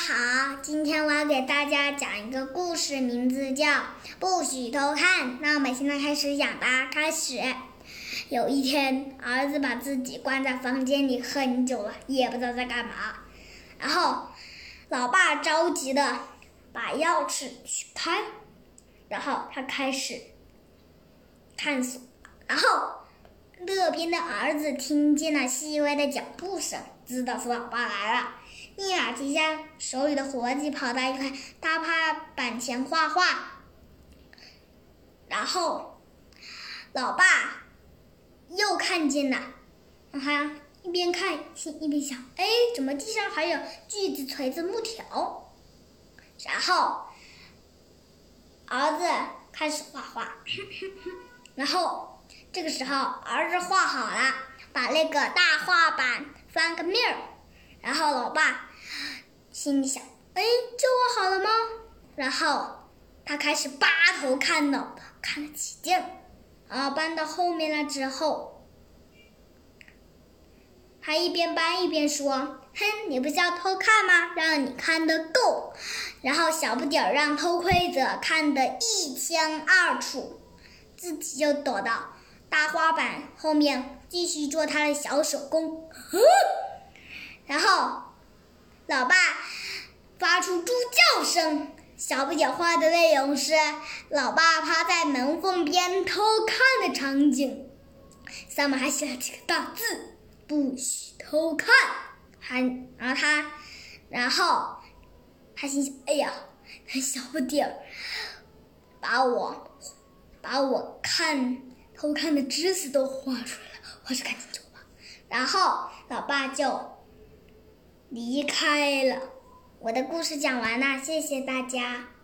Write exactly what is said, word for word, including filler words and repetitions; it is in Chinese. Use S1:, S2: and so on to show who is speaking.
S1: 好，今天我要给大家讲一个故事，名字叫《不许偷看》。那我们现在开始讲吧。开始，有一天，儿子把自己关在房间里很久了，也不知道在干嘛。然后，老爸着急的把钥匙取开，然后他开始探索。然后，乐边的儿子听见了细微的脚步声，知道是老爸来了。立马停下手里的活计，跑到一块大画板前画画。然后，老爸又看见了，他一边看一边想：哎，怎么地上还有锯子、锤子、木条？然后，儿子开始画画。然后，这个时候，儿子画好了，把那个大画板翻个面儿。然后老爸心里想：哎，这画好了吗？然后他开始扒头看了，看了起劲。然后搬到后面了之后，他一边搬一边说：哼，你不是要偷看吗？让你看得够。然后小不点儿让偷窥者看得一清二楚，自己就躲到大花板后面继续做他的小手工。然后，老爸发出猪叫声。小不点画的内容是老爸趴在门缝边偷看的场景，上面还写了几个大字：不许偷看。还，然后他，然后他心想：哎呀，那小不点把我，把我看偷看的姿势都画出来了，我是赶紧走吧。然后老爸就离开了。我的故事讲完了，谢谢大家。